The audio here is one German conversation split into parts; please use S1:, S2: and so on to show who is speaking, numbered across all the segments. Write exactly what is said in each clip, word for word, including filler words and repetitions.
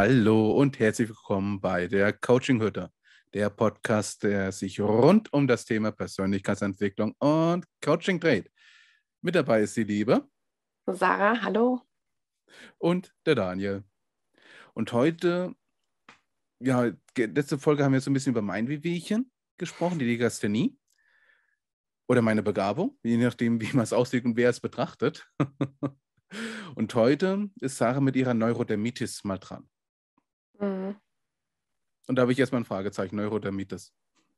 S1: Hallo und herzlich willkommen bei der Coaching-Hütte, der Podcast, der sich rund um das Thema Persönlichkeitsentwicklung und Coaching dreht. Mit dabei ist die Liebe
S2: Sarah, hallo.
S1: und der Daniel. Und heute, ja, letzte Folge haben wir so ein bisschen über mein Wehwehchen gesprochen, die Legasthenie oder meine Begabung, je nachdem, wie man es auslegt und wer es betrachtet. Und heute ist Sarah mit ihrer Neurodermitis mal dran.
S2: Mhm.
S1: Und da habe ich erstmal ein Fragezeichen, Neurodermitis.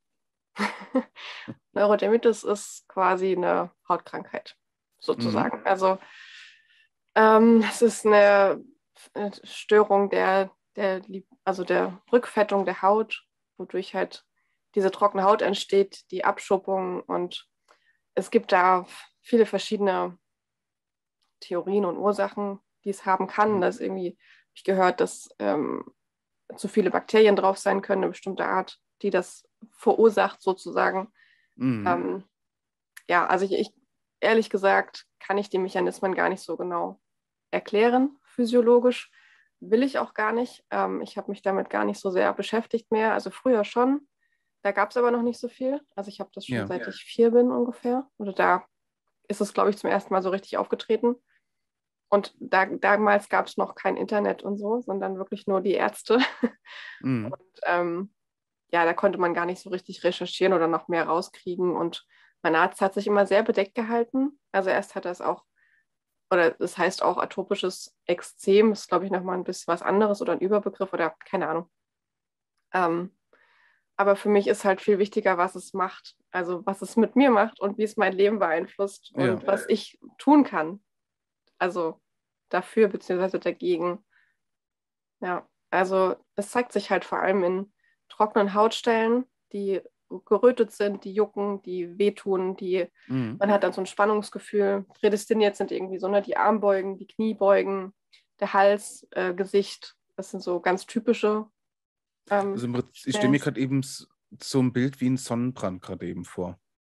S2: Neurodermitis ist quasi eine Hautkrankheit, sozusagen.
S1: Mhm.
S2: Also ähm, es ist eine äh, Störung der, der, Li- also der Rückfettung der Haut, wodurch halt diese trockene Haut entsteht, die Abschuppung. Und es gibt da viele verschiedene Theorien und Ursachen, die es haben kann. Das irgendwie, habe ich gehört, dass ähm, zu viele Bakterien drauf sein können, eine bestimmte Art, die das verursacht sozusagen.
S1: Mhm.
S2: Ähm, ja, also ich, ich ehrlich gesagt kann ich die Mechanismen gar nicht so genau erklären, physiologisch. Will ich auch gar nicht. Ähm, ich habe mich damit gar nicht so sehr beschäftigt mehr. Also früher schon. Da gab es aber noch nicht so viel. Also ich habe das schon
S1: Ja.
S2: seit ich vier bin ungefähr. Oder da ist es, glaube ich, zum ersten Mal so richtig aufgetreten. Und da, damals gab es noch kein Internet und so, sondern wirklich nur die Ärzte.
S1: Mhm.
S2: Und ähm, ja, da konnte man gar nicht so richtig recherchieren oder noch mehr rauskriegen. Und mein Arzt hat sich immer sehr bedeckt gehalten. Also erst hat er es auch, oder das heißt auch atopisches Ekzem, ist, glaube ich, nochmal ein bisschen was anderes oder ein Überbegriff oder keine Ahnung. Ähm, aber für mich ist halt viel wichtiger, was es macht. Also was es mit mir macht und wie es mein Leben beeinflusst und
S1: Ja.
S2: was ich tun kann. Also dafür beziehungsweise dagegen. Ja, also es zeigt sich halt vor allem in trockenen Hautstellen, die gerötet sind, die jucken, die wehtun, die,
S1: Mhm.
S2: man hat dann so ein Spannungsgefühl. Prädestiniert sind irgendwie so, ne, die Armbeugen, die Kniebeugen, der Hals, äh, Gesicht. Das sind so ganz typische ähm,
S1: Also im Prinzip- ich stelle mir
S2: Stellen.
S1: gerade eben s- so ein Bild wie ein Sonnenbrand gerade eben vor.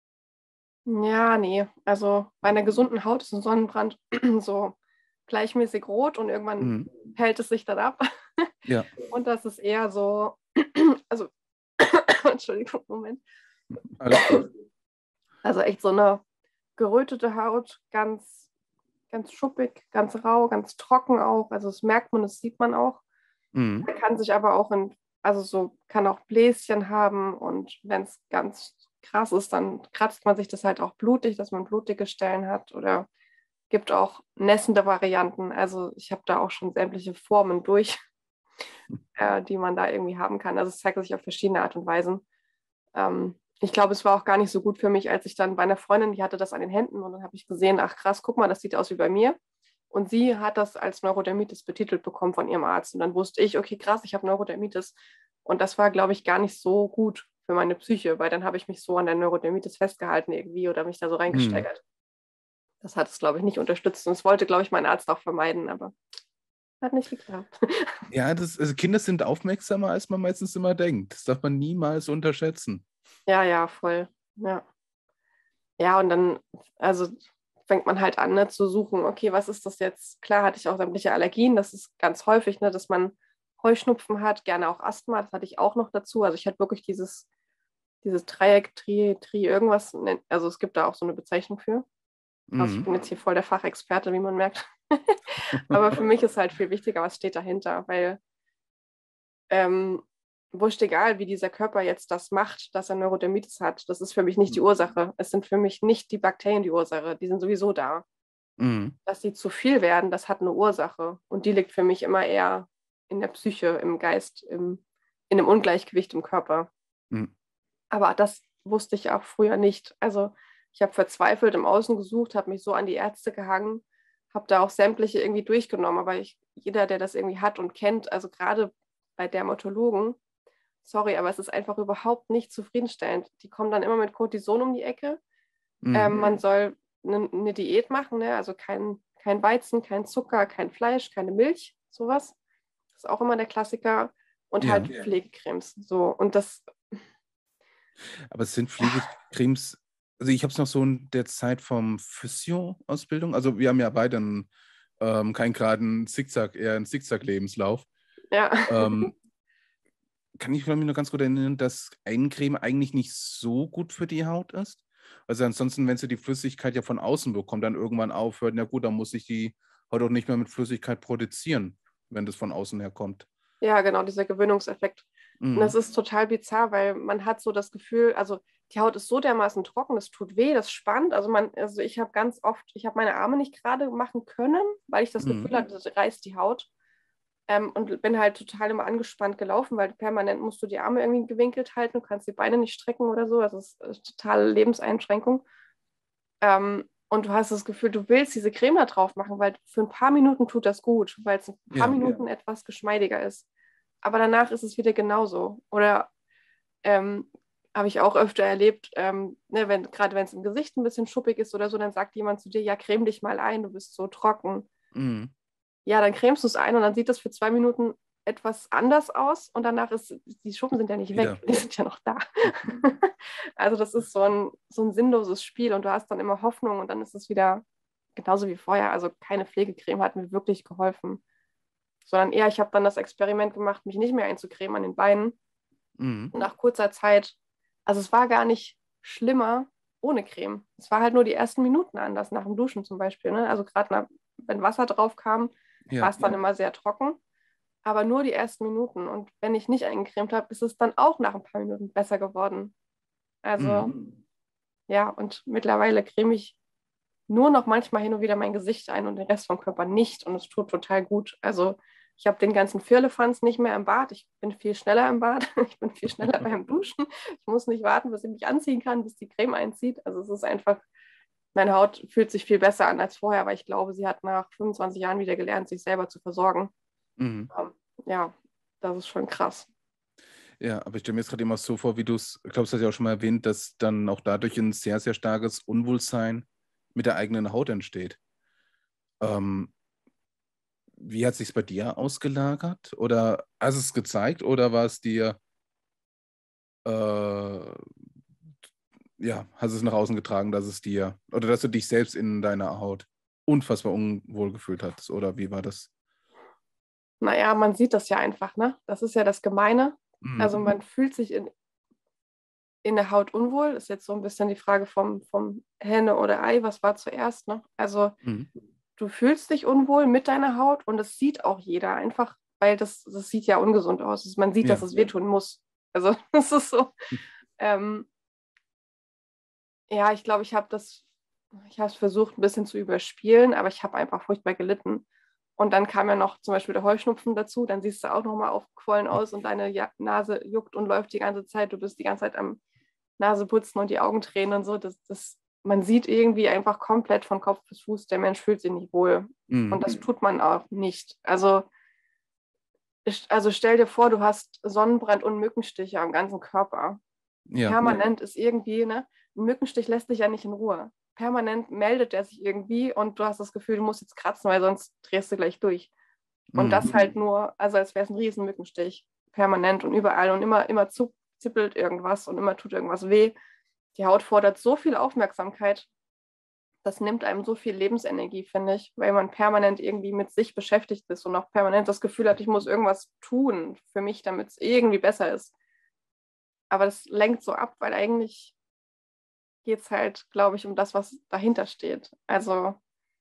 S2: Ja, nee, also bei einer gesunden Haut ist ein Sonnenbrand so gleichmäßig rot und irgendwann
S1: Mhm.
S2: hält es sich dann ab.
S1: Ja.
S2: Und das ist eher so, also Entschuldigung, Moment.
S1: Alles gut.
S2: Also echt so eine gerötete Haut, ganz, ganz schuppig, ganz rau, ganz trocken auch. Also das merkt man, das sieht man auch.
S1: Mhm.
S2: Man kann sich aber auch in, also so, kann auch Bläschen haben und wenn es ganz krass ist, dann kratzt man sich das halt auch blutig, dass man blutige Stellen hat oder gibt auch nässende Varianten. Also ich habe da auch schon sämtliche Formen durch, äh, die man da irgendwie haben kann. Also es zeigt sich auf verschiedene Art und Weisen. Ähm, ich glaube, es war auch gar nicht so gut für mich, als ich dann bei einer Freundin, die hatte das an den Händen und dann habe ich gesehen, ach krass, guck mal, das sieht aus wie bei mir. Und sie hat das als Neurodermitis betitelt bekommen von ihrem Arzt. Und dann wusste ich, okay, krass, ich habe Neurodermitis. Und das war, glaube ich, gar nicht so gut für meine Psyche, weil dann habe ich mich so an der Neurodermitis festgehalten irgendwie oder mich da so
S1: Mhm.
S2: reingesteigert. Das hat es, glaube ich, nicht unterstützt. Und das wollte, glaube ich, mein Arzt auch vermeiden, aber hat nicht geklappt.
S1: Ja, das, also Kinder sind aufmerksamer, als man meistens immer denkt. Das darf man niemals unterschätzen.
S2: Ja, ja, voll. Ja. Ja, und dann, also fängt man halt an, ne, zu suchen, okay, was ist das jetzt? Klar hatte ich auch sämtliche Allergien, das ist ganz häufig, ne, dass man Heuschnupfen hat, gerne auch Asthma, das hatte ich auch noch dazu. Also ich hatte wirklich dieses, dieses Dreieck, Tri, Tri, irgendwas, ne, also es gibt da auch so eine Bezeichnung für. Also ich
S1: Mhm.
S2: bin jetzt hier voll der Fachexperte, wie man merkt. Aber für mich ist halt viel wichtiger, was steht dahinter, weil ähm, wurscht egal, wie dieser Körper jetzt das macht, dass er Neurodermitis hat. Das ist für mich nicht die Ursache. Es sind für mich nicht die Bakterien die Ursache. Die sind sowieso da.
S1: Mhm.
S2: Dass sie zu viel werden, das hat eine Ursache. Und die liegt für mich immer eher in der Psyche, im Geist, im, in einem Ungleichgewicht im Körper.
S1: Mhm.
S2: Aber das wusste ich auch früher nicht. Also ich habe verzweifelt im Außen gesucht, habe mich so an die Ärzte gehangen, habe da auch sämtliche irgendwie durchgenommen. Aber ich, jeder, der das irgendwie hat und kennt, also gerade bei Dermatologen, sorry, aber es ist einfach überhaupt nicht zufriedenstellend. Die kommen dann immer mit Cortison um die Ecke. Ähm,
S1: Mhm.
S2: man soll eine, eine Diät machen, ne? Also kein, kein Weizen, kein Zucker, kein Fleisch, keine Milch, sowas. Das ist auch immer der Klassiker. Und halt
S1: Ja,
S2: Pflegecremes. So. Und das,
S1: aber es sind Pflegecremes, also ich habe es noch so in der Zeit vom Physio-Ausbildung, also wir haben ja beide einen, ähm, keinen geraden Zickzack, eher einen Zickzack-Lebenslauf.
S2: Ja.
S1: Ähm, kann ich mich nur ganz gut erinnern, dass Eincreme eigentlich nicht so gut für die Haut ist. Also ansonsten, wenn sie die Flüssigkeit ja von außen bekommt, dann irgendwann aufhört, na gut, dann muss ich die Haut auch nicht mehr mit Flüssigkeit produzieren, wenn das von außen her kommt.
S2: Ja, genau, dieser Gewöhnungseffekt. Und das
S1: Mhm.
S2: ist total bizarr, weil man hat so das Gefühl, also die Haut ist so dermaßen trocken, das tut weh, das spannt. Also man, also ich habe ganz oft, ich habe meine Arme nicht gerade machen können, weil ich das
S1: Mhm.
S2: Gefühl hatte, das reißt die Haut. Ähm, und bin halt total immer angespannt gelaufen, weil permanent musst du die Arme irgendwie gewinkelt halten, du kannst die Beine nicht strecken oder so. Also es ist totale Lebenseinschränkung. Ähm, und du hast das Gefühl, du willst diese Creme da drauf machen, weil für ein paar Minuten tut das gut, weil es ein paar
S1: Ja.
S2: Minuten etwas geschmeidiger ist. Aber danach ist es wieder genauso. Oder ähm, habe ich auch öfter erlebt, ähm, ne, wenn, gerade wenn es im Gesicht ein bisschen schuppig ist oder so, dann sagt jemand zu dir, ja, creme dich mal ein, du bist so trocken.
S1: Mhm.
S2: Ja, dann cremst du es ein und dann sieht das für zwei Minuten etwas anders aus und danach ist, die Schuppen sind ja nicht weg,
S1: Wieder.
S2: die sind ja noch da. Also das ist so ein, so ein sinnloses Spiel und du hast dann immer Hoffnung und dann ist es wieder genauso wie vorher. Also keine Pflegecreme hat mir wirklich geholfen, sondern eher, ich habe dann das Experiment gemacht, mich nicht mehr einzucremen an den Beinen.
S1: Mhm.
S2: Und nach kurzer Zeit, also es war gar nicht schlimmer ohne Creme. Es war halt nur die ersten Minuten anders, nach dem Duschen zum Beispiel. Ne? Also gerade wenn Wasser drauf kam, war
S1: Ja.
S2: es dann immer sehr trocken. Aber nur die ersten Minuten. Und wenn ich nicht eingecremt habe, ist es dann auch nach ein paar Minuten besser geworden. Also
S1: Mhm.
S2: ja, und mittlerweile creme ich nur noch manchmal hin und wieder mein Gesicht ein und den Rest vom Körper nicht. Und es tut total gut. Also ich habe den ganzen Firlefanz nicht mehr im Bad. Ich bin viel schneller im Bad. Ich bin viel schneller beim Duschen. Ich muss nicht warten, bis ich mich anziehen kann, bis die Creme einzieht. Also es ist einfach, meine Haut fühlt sich viel besser an als vorher, weil ich glaube, sie hat nach fünfundzwanzig Jahren wieder gelernt, sich selber zu versorgen.
S1: Mhm.
S2: Ähm, ja, das ist schon krass.
S1: Ja, aber ich stelle mir jetzt gerade immer so vor, wie du es, ich glaube, das hast du ja auch schon mal erwähnt, dass dann auch dadurch ein sehr, sehr starkes Unwohlsein mit der eigenen Haut entsteht. Ähm, wie hat sich bei dir ausgelagert? Oder hast du es gezeigt oder war es dir, äh, ja, hast du es nach außen getragen, dass es dir, oder dass du dich selbst in deiner Haut unfassbar unwohl gefühlt hast? Oder wie war das?
S2: Naja, man sieht das ja einfach, ne? Das ist ja das Gemeine.
S1: Mhm.
S2: Also man fühlt sich in, in der Haut unwohl. Ist jetzt so ein bisschen die Frage vom, vom Henne oder Ei, was war zuerst, ne? Also
S1: Mhm.
S2: du fühlst dich unwohl mit deiner Haut und das sieht auch jeder einfach, weil das, das sieht ja ungesund aus. Also man sieht, dass
S1: Ja.
S2: es wehtun muss. Also das ist so. Ähm, ja, ich glaube, ich habe das, ich habe es versucht, ein bisschen zu überspielen, aber ich habe einfach furchtbar gelitten. Und dann kam ja noch zum Beispiel der Heuschnupfen dazu, dann siehst du auch nochmal aufgequollen aus und deine ja Nase juckt und läuft die ganze Zeit. Du bist die ganze Zeit am Nase putzen und die Augen tränen und so. Das, das, man sieht irgendwie einfach komplett von Kopf bis Fuß, der Mensch fühlt sich nicht wohl.
S1: Mhm.
S2: Und das tut man auch nicht. Also, also stell dir vor, du hast Sonnenbrand und Mückenstiche am ganzen Körper.
S1: Ja.
S2: Permanent ist irgendwie, ne? Ein Mückenstich lässt dich ja nicht in Ruhe. Permanent meldet er sich irgendwie und du hast das Gefühl, du musst jetzt kratzen, weil sonst drehst du gleich durch. Und
S1: Mhm.
S2: das halt nur, also als wäre es ein riesen Mückenstich. Permanent und überall und immer, immer zippelt irgendwas und immer tut irgendwas weh. Die Haut fordert so viel Aufmerksamkeit, das nimmt einem so viel Lebensenergie, finde ich, weil man permanent irgendwie mit sich beschäftigt ist und auch permanent das Gefühl hat, ich muss irgendwas tun für mich, damit es irgendwie besser ist. Aber das lenkt so ab, weil eigentlich geht es halt, glaube ich, um das, was dahinter steht. Also,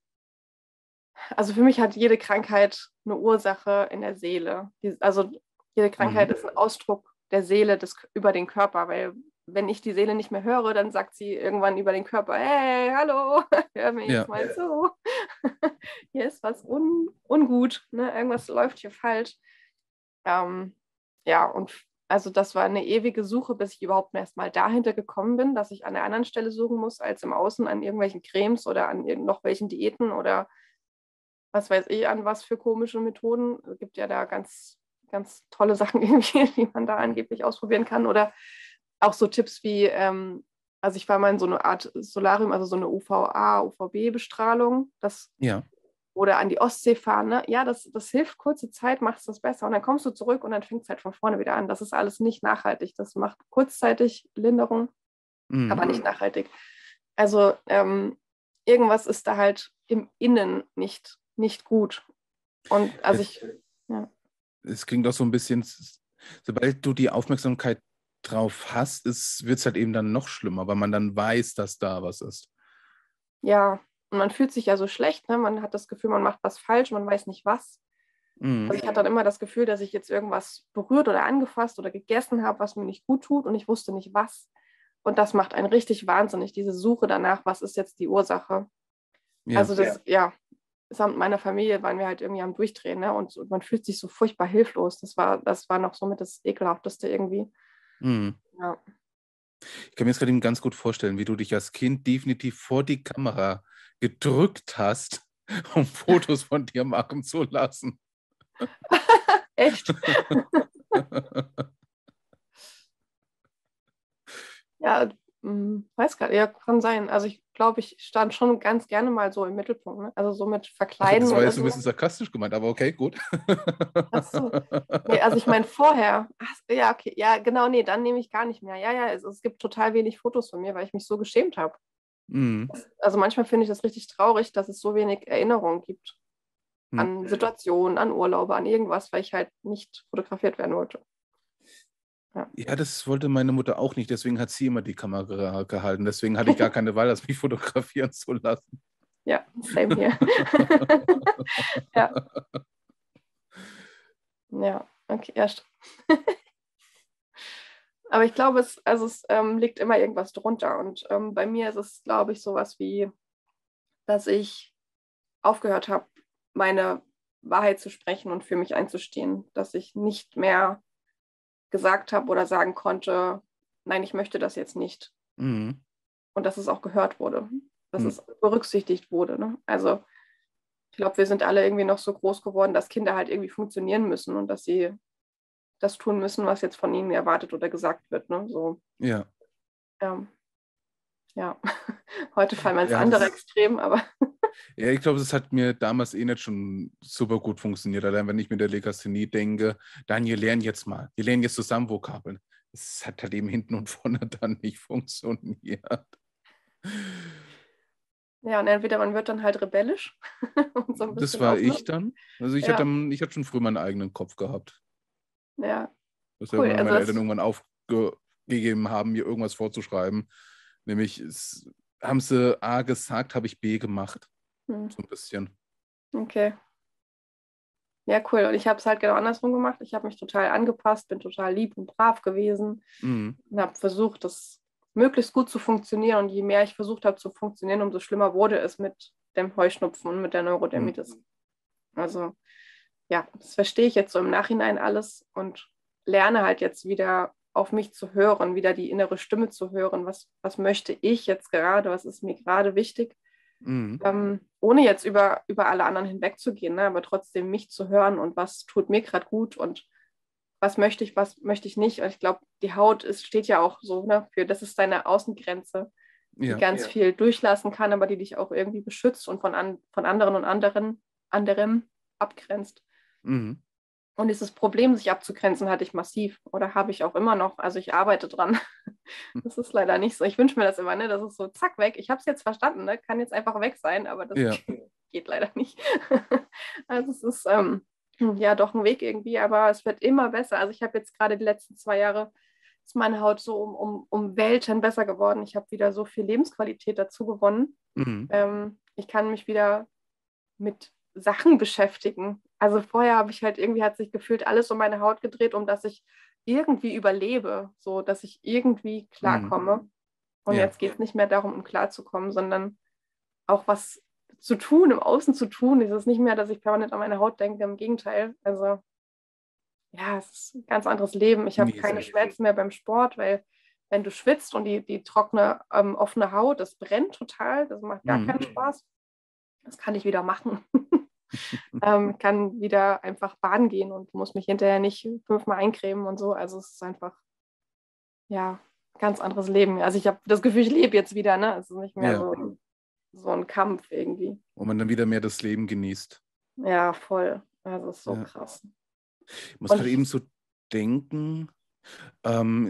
S2: also für mich hat jede Krankheit eine Ursache in der Seele. Also jede Krankheit
S1: Mhm.
S2: ist ein Ausdruck der Seele des, über den Körper, weil wenn ich die Seele nicht mehr höre, dann sagt sie irgendwann über den Körper, hey, hallo, hör mir
S1: Ja.
S2: jetzt mal zu. Hier ist was un, ungut, ne? Irgendwas läuft hier falsch. Ähm, ja, und also das war eine ewige Suche, bis ich überhaupt erst mal dahinter gekommen bin, dass ich an einer anderen Stelle suchen muss, als im Außen an irgendwelchen Cremes oder an noch welchen Diäten oder was weiß ich, an was für komische Methoden. Es gibt ja da ganz, ganz tolle Sachen irgendwie, die man da angeblich ausprobieren kann. Oder auch so Tipps wie, ähm, also ich war mal in so eine Art Solarium, also so eine U V A, U V B-Bestrahlung. Das
S1: Ja.
S2: oder an die Ostsee fahren, ne? Ja, das, das hilft kurze Zeit, macht es das besser. Und dann kommst du zurück und dann fängt es halt von vorne wieder an. Das ist alles nicht nachhaltig. Das macht kurzzeitig Linderung,
S1: Mhm.
S2: aber nicht nachhaltig. Also ähm, irgendwas ist da halt im Innen nicht, nicht gut. Und also
S1: Es,
S2: ich, ja.
S1: es klingt auch so ein bisschen, sobald du die Aufmerksamkeit drauf hast, wird es halt eben dann noch schlimmer, weil man dann weiß, dass da was ist.
S2: Ja, und man fühlt sich ja so schlecht, ne? Man hat das Gefühl, man macht was falsch, man weiß nicht was.
S1: Mhm.
S2: Also ich hatte dann immer das Gefühl, dass ich jetzt irgendwas berührt oder angefasst oder gegessen habe, was mir nicht gut tut und ich wusste nicht was. Und das macht einen richtig wahnsinnig, diese Suche danach, was ist jetzt die Ursache.
S1: Ja.
S2: Also das, ja, samt meiner Familie waren wir halt irgendwie am Durchdrehen, ne? Und, und man fühlt sich so furchtbar hilflos. Das war, das war noch somit das Ekelhafteste irgendwie.
S1: Mhm.
S2: Ja.
S1: Ich kann mir jetzt gerade eben ganz gut vorstellen, wie du dich als Kind definitiv vor die Kamera gedrückt hast, um Fotos von dir machen zu lassen.
S2: Echt? Ja, mh, weiß gar nicht, ja, kann sein. Also ich glaube, ich stand schon ganz gerne mal so im Mittelpunkt, ne? Also so mit
S1: Achso,
S2: Verkleiden
S1: das war
S2: oder
S1: jetzt ein
S2: so.
S1: bisschen sarkastisch gemeint, aber okay, gut.
S2: Ach so. Nee, also ich meine vorher. Ach, ja, okay. Ja, genau, nee, dann nehme ich gar nicht mehr. Ja, ja, es, es gibt total wenig Fotos von mir, weil ich mich so geschämt habe.
S1: Mhm.
S2: Also manchmal finde ich das richtig traurig, dass es so wenig Erinnerungen gibt
S1: Mhm.
S2: an Situationen, an Urlaube, an irgendwas, weil ich halt nicht fotografiert werden wollte. Ja.
S1: Ja, das wollte meine Mutter auch nicht, deswegen hat sie immer die Kamera gehalten. Deswegen hatte ich gar keine Wahl, als mich fotografieren zu lassen.
S2: Ja, same hier. Ja. Ja, okay, ja, stimmt. Aber ich glaube, es, also es ähm, liegt immer irgendwas drunter. Und ähm, bei mir ist es, glaube ich, sowas wie, dass ich aufgehört habe, meine Wahrheit zu sprechen und für mich einzustehen. Dass ich nicht mehr gesagt habe oder sagen konnte, nein, ich möchte das jetzt nicht.
S1: Mhm.
S2: Und dass es auch gehört wurde, dass
S1: Mhm.
S2: es berücksichtigt wurde. Ne? Also ich glaube, wir sind alle irgendwie noch so groß geworden, dass Kinder halt irgendwie funktionieren müssen und dass sie das tun müssen, was jetzt von ihnen erwartet oder gesagt wird. Ne? So,
S1: Ja.
S2: ähm, ja, heute fallen wir ins
S1: Ja,
S2: andere
S1: das,
S2: Extrem, aber
S1: ja, ich glaube, das hat mir damals eh nicht schon super gut funktioniert. Allein wenn ich mit der Legasthenie denke, Daniel, lern jetzt mal. Wir lernen jetzt zusammen Vokabeln. Das hat halt eben hinten und vorne dann nicht funktioniert.
S2: ja, und entweder man wird dann halt rebellisch und so ein
S1: Das
S2: bisschen
S1: war
S2: aus, ne?
S1: ich dann. Also ich hatte,
S2: Ja,
S1: dann- ich hatte schon früh meinen eigenen Kopf gehabt.
S2: ja,
S1: Dass
S2: cool.
S1: irgendwann
S2: Also
S1: meine Eltern
S2: das,
S1: irgendwann aufgegeben haben, mir irgendwas vorzuschreiben. Nämlich, es, haben sie A gesagt, habe ich B gemacht.
S2: hm,
S1: So ein bisschen.
S2: okay. Ja, cool. Und ich habe es halt genau andersrum gemacht. Ich habe mich total angepasst, bin total lieb und brav gewesen
S1: Mhm.
S2: und habe versucht, das möglichst gut zu funktionieren. Und je mehr ich versucht habe zu funktionieren, umso schlimmer wurde es mit dem Heuschnupfen und mit der
S1: Mhm.
S2: Neurodermitis. Also ja, das verstehe ich jetzt so im Nachhinein alles und lerne halt jetzt wieder auf mich zu hören, wieder die innere Stimme zu hören. Was, was möchte ich jetzt gerade? Was ist mir gerade wichtig?
S1: Mhm.
S2: Ähm, ohne jetzt über, über alle anderen hinwegzugehen, ne? Aber trotzdem mich zu hören und was tut mir gerade gut und was möchte ich, was möchte ich nicht. Und ich glaube, die Haut ist, steht ja auch so, ne, für, das ist deine Außengrenze, die
S1: Ja.
S2: ganz ja. viel durchlassen kann, aber die dich auch irgendwie beschützt und von, an, von anderen und anderen, anderem abgrenzt.
S1: Mhm.
S2: Und dieses Problem, sich abzugrenzen, hatte ich massiv oder habe ich auch immer noch. Also ich arbeite dran. Das ist leider nicht so. Ich wünsche mir das immer, ne? Das ist so, zack, weg. Ich habe es jetzt verstanden, ne? Kann jetzt einfach weg sein, aber das
S1: Ja.
S2: geht leider nicht. Also es ist ähm, ja doch ein Weg irgendwie, aber es wird immer besser. Also ich habe jetzt gerade die letzten zwei Jahre, ist meine Haut so um, um, um Welten besser geworden. Ich habe wieder so viel Lebensqualität dazu gewonnen.
S1: Mhm.
S2: Ähm, ich kann mich wieder mit Sachen beschäftigen. Also vorher habe ich halt irgendwie, hat sich gefühlt alles um meine Haut gedreht, um dass ich irgendwie überlebe, so dass ich irgendwie
S1: Mhm.
S2: klarkomme. Und
S1: Ja.
S2: jetzt geht es nicht mehr darum, um klarzukommen, sondern auch was zu tun, im Außen zu tun. Es ist nicht mehr, dass ich permanent an meine Haut denke, im Gegenteil. Also ja, es ist ein ganz anderes Leben. Ich habe keine
S1: Genießen.
S2: Schmerzen mehr beim Sport, weil wenn du schwitzt und die, die trockene, ähm, offene Haut, das brennt total, das macht gar
S1: Mhm.
S2: keinen Spaß. Das kann ich wieder machen. ähm, kann wieder einfach baden gehen und muss mich hinterher nicht fünfmal eincremen und so. Also es ist einfach, ja, ganz anderes Leben. Also ich habe das Gefühl, ich lebe jetzt wieder, ne? Es ist nicht mehr
S1: Ja.
S2: so, so ein Kampf irgendwie.
S1: Wo man dann wieder mehr das Leben genießt.
S2: Ja, voll. Also es ist so
S1: Ja.
S2: krass.
S1: Ich muss
S2: Und
S1: gerade
S2: ich,
S1: eben so denken, ähm,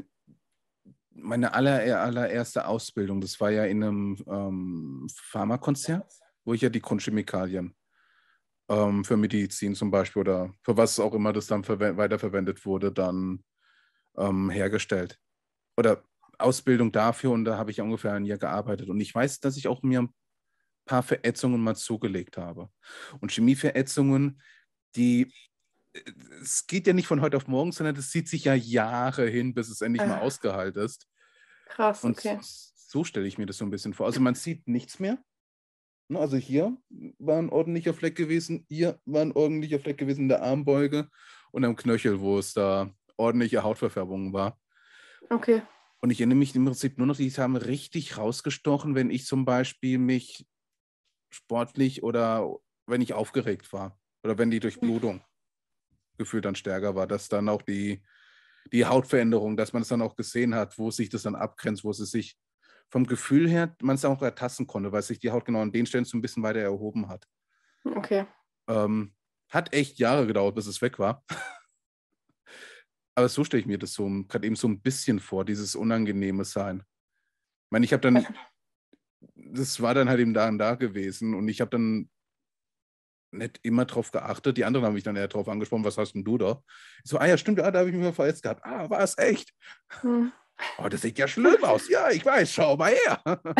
S1: meine aller, allererste Ausbildung, das war ja in einem ähm, Pharmakonzern, wo ich ja die Grundchemikalien ähm, für Medizin zum Beispiel oder für was auch immer das dann verwe- weiterverwendet wurde, dann ähm, hergestellt. Oder Ausbildung dafür und da habe ich ungefähr ein Jahr gearbeitet. Und ich weiß, dass ich auch mir ein paar Verätzungen mal zugelegt habe. Und Chemieverätzungen, die, äh, es geht ja nicht von heute auf morgen, sondern das zieht sich ja Jahre hin, bis es endlich mal
S2: Äh,
S1: ausgeheilt ist.
S2: krass,
S1: Und
S2: okay.
S1: so stelle ich mir das so ein bisschen vor. Also man sieht nichts mehr. Ne, also hier war ein ordentlicher Fleck gewesen, hier war ein ordentlicher Fleck gewesen in der Armbeuge und am Knöchel, wo es da ordentliche Hautverfärbung war.
S2: Okay.
S1: Und ich erinnere mich im Prinzip nur noch, die haben richtig rausgestochen, wenn ich zum Beispiel mich sportlich oder wenn ich aufgeregt war oder wenn die Durchblutung gefühlt dann stärker war, dass dann auch die, die Hautveränderung, dass man es dann auch gesehen hat, wo sich das dann abgrenzt, wo es sich vom Gefühl her, man es auch ertasten konnte, weil sich die Haut genau an den Stellen so ein bisschen weiter erhoben hat.
S2: Okay.
S1: Ähm, hat echt Jahre gedauert, bis es weg war. Aber so stelle ich mir das so gerade eben so ein bisschen vor, dieses unangenehme Sein. Ich meine, ich habe dann, das war dann halt eben da und da gewesen und ich habe dann nicht immer drauf geachtet. Die anderen haben mich dann eher drauf angesprochen, was hast denn du da? Ich so, ah ja, stimmt, ah, da habe ich mich mal verletzt gehabt. Ah, war es echt?
S2: Hm.
S1: Oh, das sieht ja schlimm aus. Ja, ich weiß, schau mal her.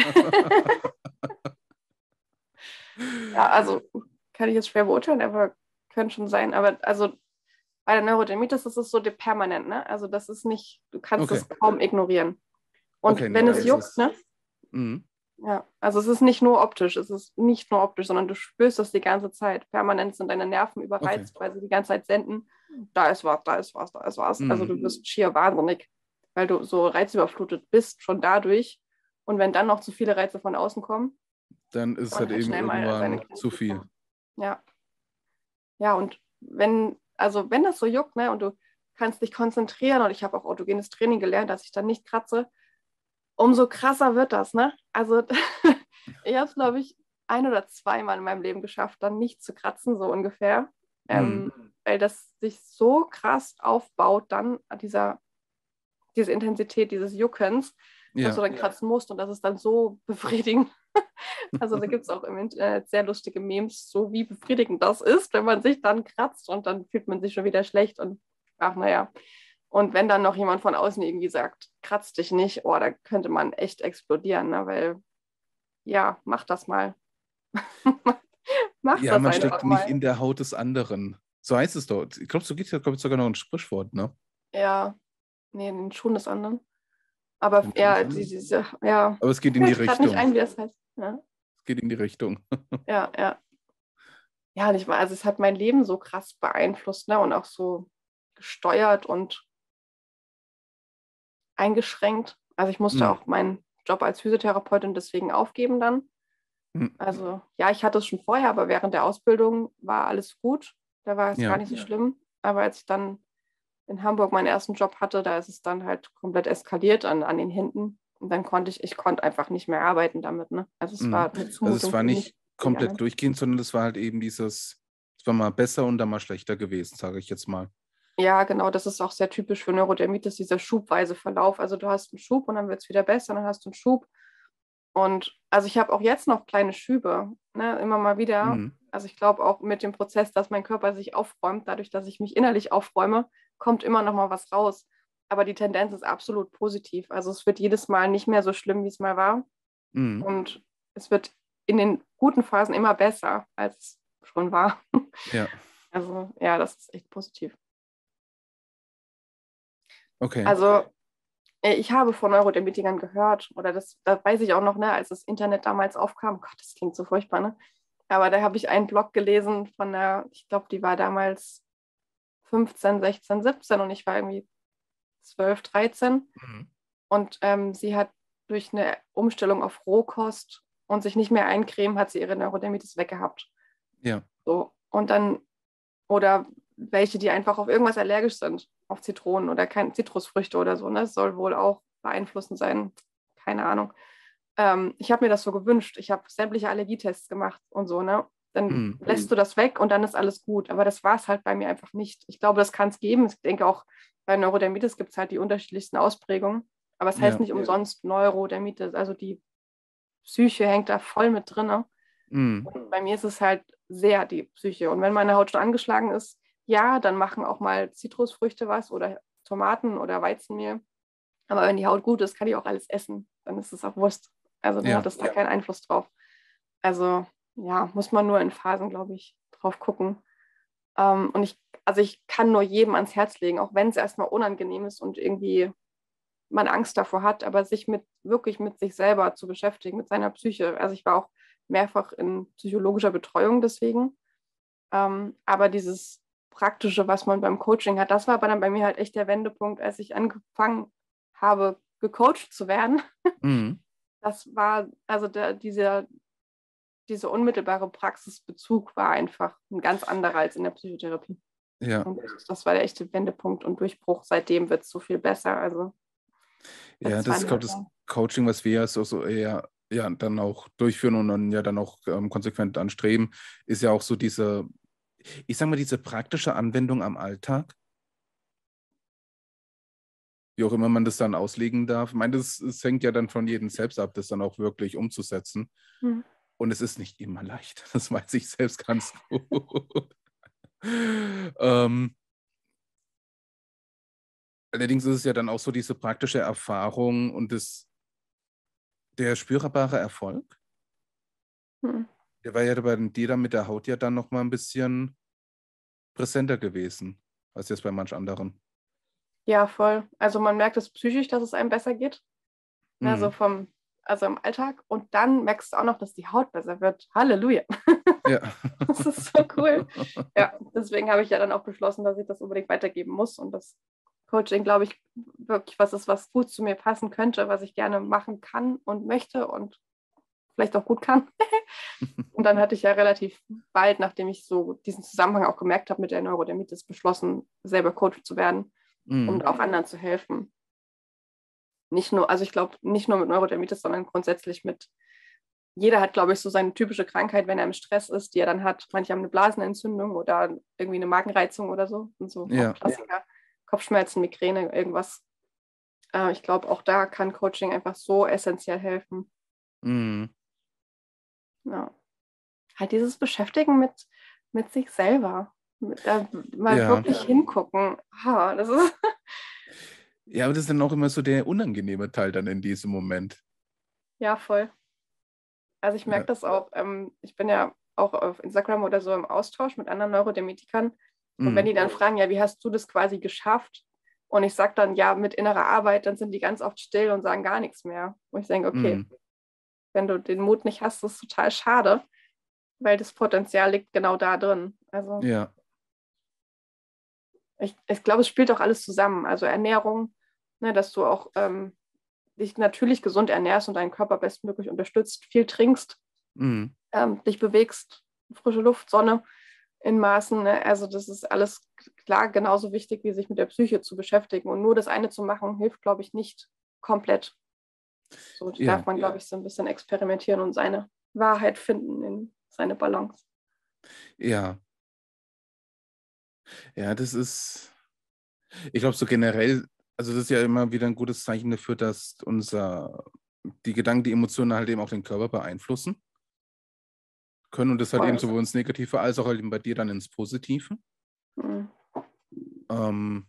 S2: Ja, also kann ich jetzt schwer beurteilen, aber könnte schon sein. Aber also bei der Neurodermitis ist es so permanent, ne? Also das ist nicht, du kannst
S1: Okay,
S2: es kaum ignorieren. Und
S1: okay, nee,
S2: wenn
S1: dann
S2: es
S1: ist
S2: juckt,
S1: es.
S2: ne?
S1: Mhm.
S2: Ja, also es ist nicht nur optisch, es ist nicht nur optisch, sondern du spürst das die ganze Zeit. Permanent sind deine Nerven
S1: Okay.
S2: überreizt, weil sie die ganze Zeit senden, da ist was, da ist was, da ist was. Also du
S1: Mhm.
S2: wirst schier wahnsinnig, weil du so reizüberflutet bist, schon dadurch. Und wenn dann noch zu viele Reize von außen kommen,
S1: Dann ist es
S2: kann man
S1: halt
S2: halt
S1: eben
S2: schnell mal seine
S1: irgendwann zu
S2: Grenzen
S1: viel.
S2: bekommen. Ja, ja, und wenn, also wenn das so juckt, ne, und du kannst dich konzentrieren, und ich habe auch autogenes Training gelernt, dass ich dann nicht kratze, umso krasser wird das, ne? Also ich habe es, glaube ich, ein oder zweimal in meinem Leben geschafft, dann nicht zu kratzen, so ungefähr.
S1: Mhm.
S2: Ähm, weil das sich so krass aufbaut, dann dieser, diese Intensität dieses Juckens, dass du
S1: Ja.
S2: dann kratzen musst und das ist dann so befriedigend. Also da gibt es auch im Internet sehr lustige Memes, so wie befriedigend das ist, wenn man sich dann kratzt und dann fühlt man sich schon wieder schlecht und ach naja. Und wenn dann noch jemand von außen irgendwie sagt, kratz dich nicht, oh, da könnte man echt explodieren, ne? Weil ja, mach das mal. Mach
S1: Ja,
S2: das
S1: man
S2: einfach
S1: steckt nicht
S2: mal.
S1: in der Haut des anderen. So heißt es dort. Ich glaube, so gibt es ja glaub ich, sogar noch ein Sprichwort, ne?
S2: Ja, nee, in den Schuhen des anderen. Aber
S1: Den Schuh des
S2: ja, die,
S1: anderen.
S2: diese, ja,
S1: Aber es geht in die
S2: fällt gerade nicht
S1: Richtung.
S2: ein, wie das heißt. Ja,
S1: Es geht in die Richtung.
S2: ja, ja. Ja, nicht mal, also es hat mein Leben so krass beeinflusst, ne? Und auch so gesteuert und eingeschränkt. Also ich musste
S1: Mhm.
S2: auch meinen Job als Physiotherapeutin deswegen aufgeben dann.
S1: Mhm.
S2: Also ja, ich hatte es schon vorher, aber während der Ausbildung war alles gut. Da war es gar
S1: Ja.
S2: nicht so schlimm. Aber als ich dann in Hamburg meinen ersten Job hatte, da ist es dann halt komplett eskaliert an, an den Händen. Und dann konnte ich, ich konnte einfach nicht mehr arbeiten damit. Ne? Also es
S1: Mhm.
S2: war eine
S1: Also es
S2: Zumutung
S1: war
S2: für
S1: nicht
S2: mich. Die
S1: komplett
S2: anderen.
S1: durchgehend, sondern es war halt eben dieses, es war mal besser und dann mal schlechter gewesen, sage ich jetzt mal.
S2: Ja, genau, das ist auch sehr typisch für Neurodermitis, dieser schubweise Verlauf. Also du hast einen Schub und dann wird es wieder besser, dann hast du einen Schub. Und also ich habe auch jetzt noch kleine Schübe, ne, immer mal wieder.
S1: Mhm.
S2: Also ich glaube auch mit dem Prozess, dass mein Körper sich aufräumt, dadurch, dass ich mich innerlich aufräume, kommt immer noch mal was raus. Aber die Tendenz ist absolut positiv. Also es wird jedes Mal nicht mehr so schlimm, wie es mal war.
S1: Mhm.
S2: Und es wird in den guten Phasen immer besser, als es schon war.
S1: Ja,
S2: Also ja, das ist echt positiv.
S1: okay.
S2: Also äh, ich habe von Neurodermitikern gehört, oder das, das weiß ich auch noch, ne, als das Internet damals aufkam. Gott, das klingt so furchtbar, ne? Aber da habe ich einen Blog gelesen von der, ich glaube, die war damals fünfzehn, sechzehn, siebzehn und ich war irgendwie zwölf, dreizehn.
S1: Mhm.
S2: Und ähm, sie hat durch eine Umstellung auf Rohkost und sich nicht mehr eincremen, hat sie ihre Neurodermitis weggehabt.
S1: Ja.
S2: So. Und dann, oder welche, die einfach auf irgendwas allergisch sind, auf Zitronen oder kein Zitrusfrüchte oder so, ne? Das soll wohl auch beeinflussend sein. Keine Ahnung. Ähm, ich habe mir das so gewünscht. Ich habe sämtliche Allergietests gemacht und so, ne? Dann
S1: Mhm.
S2: lässt du das weg und dann ist alles gut. Aber das war es halt bei mir einfach nicht. Ich glaube, das kann es geben. Ich denke auch, bei Neurodermitis gibt es halt die unterschiedlichsten Ausprägungen. Aber es heißt
S1: Ja.
S2: nicht umsonst Neurodermitis. Also die Psyche hängt da voll mit drin. Ne?
S1: Mhm.
S2: Und bei mir ist es halt sehr die Psyche. Und wenn meine Haut schon angeschlagen ist, ja, dann machen auch mal Zitrusfrüchte was oder Tomaten oder Weizenmehl. Aber wenn die Haut gut ist, kann ich auch alles essen. Dann ist es auch Wurst. Also dann hat
S1: Ja.
S2: es da keinen Einfluss drauf. Also ja, muss man nur in Phasen, glaube ich, drauf gucken. Ähm, und ich, also ich kann nur jedem ans Herz legen, auch wenn es erstmal unangenehm ist und irgendwie man Angst davor hat, aber sich mit wirklich mit sich selber zu beschäftigen, mit seiner Psyche. Also ich war auch mehrfach in psychologischer Betreuung deswegen. Ähm, aber dieses Praktische, was man beim Coaching hat, das war aber dann bei mir halt echt der Wendepunkt, als ich angefangen habe, gecoacht zu werden.
S1: Mhm.
S2: Das war, also der, dieser, dieser unmittelbare Praxisbezug war einfach ein ganz anderer als in der Psychotherapie.
S1: Ja.
S2: Und das war der echte Wendepunkt und Durchbruch. Seitdem wird es so viel besser. Also
S1: Ja, das ist, glaube ich, das Coaching, was wir ja so, so eher ja, dann auch durchführen und dann ja dann auch ähm, konsequent anstreben, ist ja auch so diese, ich sag mal, diese praktische Anwendung am Alltag. Wie auch immer man das dann auslegen darf. Ich meine, das, das hängt ja dann von jedem selbst ab, das dann auch wirklich umzusetzen.
S2: Hm.
S1: Und es ist nicht immer leicht. Das weiß ich selbst ganz gut. ähm, allerdings ist es ja dann auch so diese praktische Erfahrung und das, der spürbare Erfolg.
S2: Hm.
S1: Der war ja bei dir dann mit der Haut ja dann nochmal ein bisschen präsenter gewesen, als jetzt bei manch anderen.
S2: Ja, voll. Also man merkt es psychisch, dass es einem besser geht. Also
S1: Mhm.
S2: vom, also im Alltag. Und dann merkst du auch noch, dass die Haut besser wird. Halleluja.
S1: Ja.
S2: Das ist so cool. Ja, deswegen habe ich ja dann auch beschlossen, dass ich das unbedingt weitergeben muss. Und das Coaching, glaube ich, wirklich was ist, was gut zu mir passen könnte, was ich gerne machen kann und möchte und vielleicht auch gut kann. Und dann hatte ich ja relativ bald, nachdem ich so diesen Zusammenhang auch gemerkt habe mit der Neurodermitis, beschlossen, selber Coach zu werden, um
S1: Mhm.
S2: auch anderen zu helfen. Nicht nur, also ich glaube, nicht nur mit Neurodermitis, sondern grundsätzlich mit, jeder hat, glaube ich, so seine typische Krankheit, wenn er im Stress ist, die er dann hat. Manche haben eine Blasenentzündung oder irgendwie eine Magenreizung oder so. Und so auch
S1: Ja.
S2: Klassiker, Kopfschmerzen, Migräne, irgendwas. Äh, ich glaube, auch da kann Coaching einfach so essentiell helfen.
S1: Mhm.
S2: Ja. Halt dieses Beschäftigen mit, mit sich selber. Mit, äh, mal
S1: Ja.
S2: wirklich hingucken. Ah, das ist
S1: Ja, aber das ist dann auch immer so der unangenehme Teil dann in diesem Moment.
S2: ja voll. Also ich merke
S1: Ja.
S2: das auch. Ähm, ich bin ja auch auf Instagram oder so im Austausch mit anderen Neurodermitikern. Und wenn
S1: Mhm.
S2: die dann fragen, ja, wie hast du das quasi geschafft? Und ich sage dann, ja, mit innerer Arbeit, dann sind die ganz oft still und sagen gar nichts mehr. Und ich denke, okay,
S1: Mhm.
S2: wenn du den Mut nicht hast, das ist total schade, weil das Potenzial liegt genau da drin. Also
S1: Ja.
S2: ich, ich glaube, es spielt auch alles zusammen. Also Ernährung, ne, dass du auch ähm, dich natürlich gesund ernährst und deinen Körper bestmöglich unterstützt, viel trinkst,
S1: Mhm.
S2: ähm, dich bewegst, frische Luft, Sonne in Maßen. Ne? Also das ist alles klar genauso wichtig, wie sich mit der Psyche zu beschäftigen. Und nur das eine zu machen, hilft, glaube ich, nicht komplett. So
S1: Ja.
S2: darf man, glaube ich, so ein bisschen experimentieren und seine Wahrheit finden, in seine Balance.
S1: Ja. Ja, das ist, ich glaube, so generell, also das ist ja immer wieder ein gutes Zeichen dafür, dass unser, die Gedanken, die Emotionen halt eben auch den Körper beeinflussen können und das halt eben
S2: Voll.
S1: sowohl ins Negative als auch halt eben bei dir dann ins Positive.
S2: Mhm.
S1: Ähm,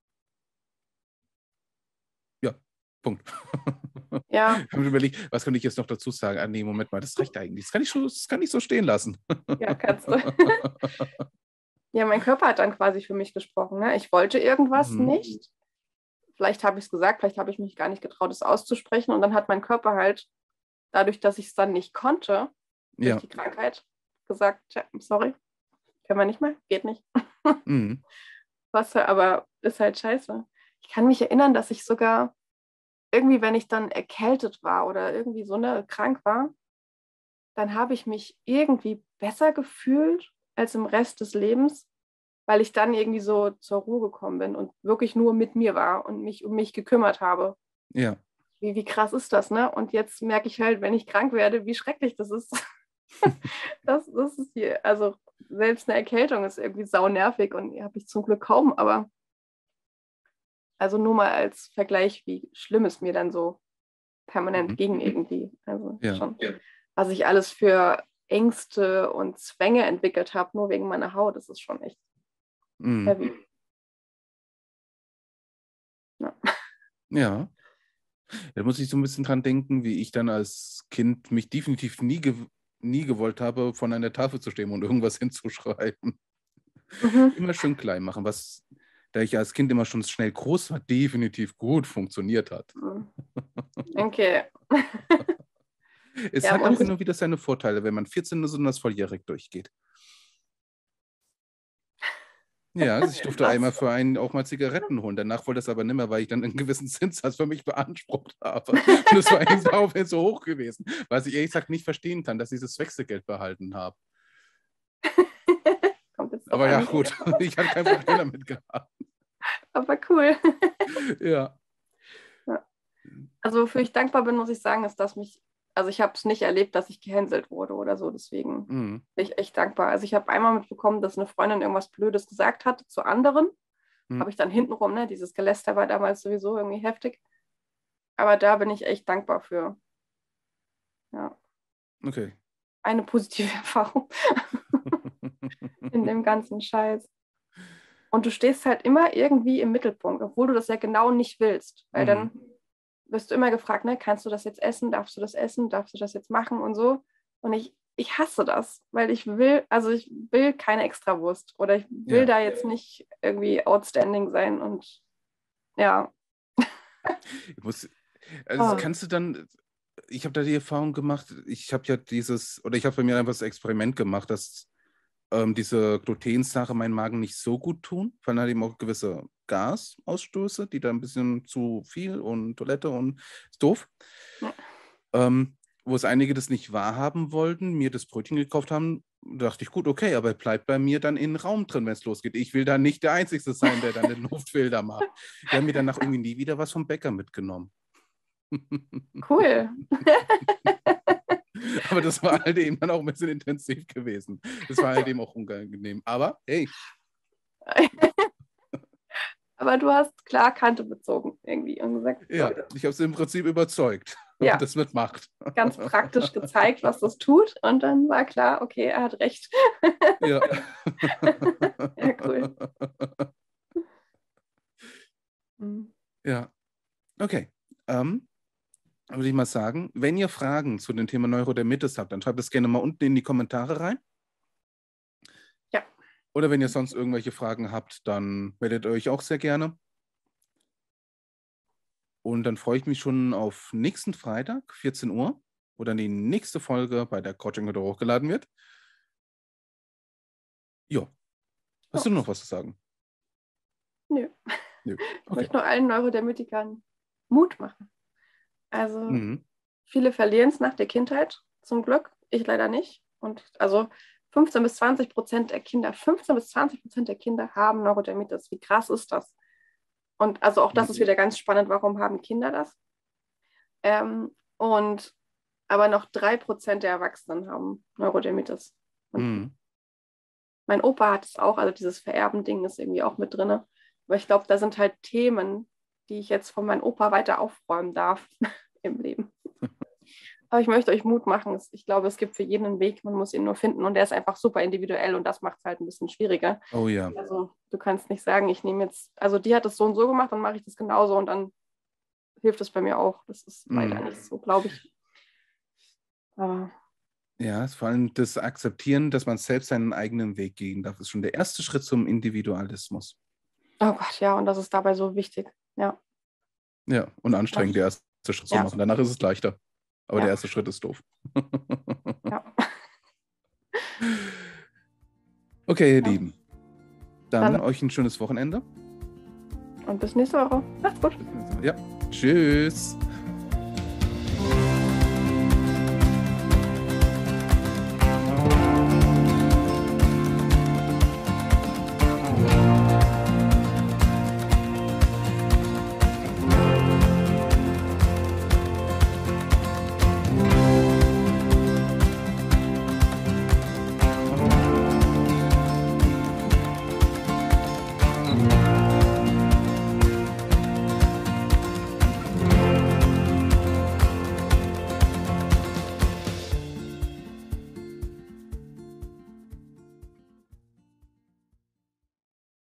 S1: ja, Punkt.
S2: Ja.
S1: Ich habe mir überlegt, was könnte ich jetzt noch dazu sagen? Ah, nee, Moment mal, das reicht eigentlich. Das kann ich, schon, das kann ich so stehen lassen.
S2: Ja, kannst du. Ja, mein Körper hat dann quasi für mich gesprochen. Ne? Ich wollte irgendwas
S1: Mhm.
S2: nicht. Vielleicht habe ich es gesagt, vielleicht habe ich mich gar nicht getraut, es auszusprechen. Und dann hat mein Körper halt, dadurch, dass ich es dann nicht konnte, durch
S1: Ja.
S2: die Krankheit, gesagt, ja, sorry, können wir nicht mehr, geht nicht.
S1: Mhm.
S2: Was aber ist halt scheiße. Ich kann mich erinnern, dass ich sogar irgendwie, wenn ich dann erkältet war oder irgendwie so ne, krank war, dann habe ich mich irgendwie besser gefühlt als im Rest des Lebens, weil ich dann irgendwie so zur Ruhe gekommen bin und wirklich nur mit mir war und mich um mich gekümmert habe.
S1: Ja.
S2: Wie, wie krass ist das, ne? Und jetzt merke ich halt, wenn ich krank werde, wie schrecklich das ist. das, das ist hier, also selbst eine Erkältung ist irgendwie saunervig und die habe ich zum Glück kaum, aber also nur mal als Vergleich, wie schlimm es mir dann so permanent
S1: Mhm.
S2: ging irgendwie. Also
S1: Ja.
S2: schon, was ich alles für Ängste und Zwänge entwickelt habe, nur wegen meiner Haut. Das ist schon echt
S1: Mhm.
S2: heavy. Ja.
S1: Ja. Da muss ich so ein bisschen dran denken, wie ich dann als Kind mich definitiv nie, gew nie gewollt habe, von einer Tafel zu stehen und irgendwas hinzuschreiben.
S2: Mhm.
S1: Immer schön klein machen, was, da ich als Kind immer schon schnell groß war, definitiv gut funktioniert hat.
S2: Mhm. Okay.
S1: Es
S2: Ja,
S1: hat
S2: bei
S1: auch
S2: uns,
S1: hin und wieder seine Vorteile, wenn man vierzehn ist und das volljährig durchgeht. Ja, also ich durfte einmal
S2: was?
S1: für einen auch mal Zigaretten holen. Danach wollte es aber nicht mehr, weil ich dann einen gewissen Zinssatz für mich beansprucht habe. Und das war eigentlich darauf so hoch gewesen. Was ich ehrlich gesagt nicht verstehen kann, dass ich das Wechselgeld behalten habe.
S2: Kommt jetzt drauf
S1: Aber ja,
S2: an, wie
S1: gut,
S2: viel das
S1: ich hatte kein Problem damit gehabt.
S2: aber cool.
S1: Ja.
S2: Ja. Also wofür ich dankbar bin, muss ich sagen, ist, dass mich, also ich habe es nicht erlebt, dass ich gehänselt wurde oder so, deswegen
S1: Mhm.
S2: bin ich echt dankbar. Also ich habe einmal mitbekommen, dass eine Freundin irgendwas Blödes gesagt hat zu anderen.
S1: Mhm.
S2: Habe ich dann hintenrum, ne, dieses Geläster war damals sowieso irgendwie heftig. Aber da bin ich echt dankbar für. Ja,
S1: Okay.
S2: eine positive Erfahrung in dem ganzen Scheiß. Und du stehst halt immer irgendwie im Mittelpunkt, obwohl du das ja genau nicht willst. Weil
S1: Mhm.
S2: dann wirst du immer gefragt, ne, kannst du das jetzt essen? Darfst du das essen? Darfst du das jetzt machen und so? Und ich, ich hasse das, weil ich will, also ich will keine Extrawurst oder ich will
S1: Ja.
S2: da jetzt nicht irgendwie outstanding sein und ja.
S1: Ich muss, also das
S2: Oh.
S1: kannst du dann, ich habe da die Erfahrung gemacht, ich habe ja dieses, oder ich habe bei mir einfach das Experiment gemacht, dass ähm, diese Glutensache meinen Magen nicht so gut tun, weil dann eben auch gewisse Gasausstöße, die da ein bisschen zu viel und Toilette und ist doof.
S2: Ja.
S1: Ähm, wo es einige das nicht wahrhaben wollten, mir das Brötchen gekauft haben, dachte ich, gut, okay, aber bleibt bei mir dann in den Raum drin, wenn es losgeht. Ich will da nicht der Einzige sein, der dann den Luftfilter macht. Die haben mir danach irgendwie nie wieder was vom Bäcker mitgenommen.
S2: Cool.
S1: Aber das war halt eben dann auch ein bisschen intensiv gewesen. Das war halt eben auch unangenehm. Aber hey.
S2: Aber du hast klar Kante bezogen irgendwie und gesagt,
S1: Ja,
S2: so,
S1: ich habe es im Prinzip überzeugt.
S2: ja,
S1: Und das mitmacht.
S2: ganz praktisch gezeigt, was das tut. Und dann war klar, okay, er hat recht.
S1: Ja.
S2: Ja, cool. Mhm.
S1: Ja, okay. Ähm, würde ich mal sagen, wenn ihr Fragen zu dem Thema Neurodermitis habt, dann schreibt es gerne mal unten in die Kommentare rein.
S2: Ja.
S1: Oder wenn ihr sonst irgendwelche Fragen habt, dann meldet euch auch sehr gerne. Und dann freue ich mich schon auf nächsten Freitag, vierzehn Uhr, wo dann die nächste Folge bei der Coaching wieder hochgeladen wird. Ja. Hast
S2: Oh.
S1: du noch was zu sagen?
S2: Nö.
S1: Nö.
S2: Ich
S1: Okay.
S2: möchte nur allen Neurodermitikern Mut machen. Also
S1: Mhm.
S2: viele verlieren es nach der Kindheit, zum Glück. Ich leider nicht. Und also fünfzehn bis zwanzig Prozent der Kinder, fünfzehn bis zwanzig Prozent der Kinder haben Neurodermitis. Wie krass ist das? Und also auch das ist wieder ganz spannend, warum haben Kinder das? Ähm, und aber noch drei Prozent der Erwachsenen haben Neurodermitis. Und
S1: Mhm.
S2: mein Opa hat es auch, also dieses Vererben-Ding ist irgendwie auch mit drin. Aber ich glaube, da sind halt Themen, die ich jetzt von meinem Opa weiter aufräumen darf im Leben. Aber ich möchte euch Mut machen. Ich glaube, es gibt für jeden einen Weg, man muss ihn nur finden und der ist einfach super individuell und das macht es halt ein bisschen schwieriger.
S1: Oh ja.
S2: Also du kannst nicht sagen, ich nehme jetzt, also die hat das so und so gemacht, dann mache ich das genauso und dann hilft es bei mir auch. Das ist
S1: Mhm.
S2: leider nicht so, glaube ich. Aber
S1: ja, vor allem das Akzeptieren, dass man selbst seinen eigenen Weg gehen darf, ist schon der erste Schritt zum Individualismus.
S2: oh Gott, ja, und das ist dabei so wichtig. Ja.
S1: Ja, und anstrengend, der erste Schritt zu
S2: Ja.
S1: machen. Danach ist es leichter. Aber
S2: Ja.
S1: der erste Schritt ist doof.
S2: Ja.
S1: Okay, ihr
S2: Ja.
S1: Lieben. Dann,
S2: Dann-
S1: euch ein schönes Wochenende.
S2: Und bis nächste Woche. Macht's gut.
S1: Ja, tschüss.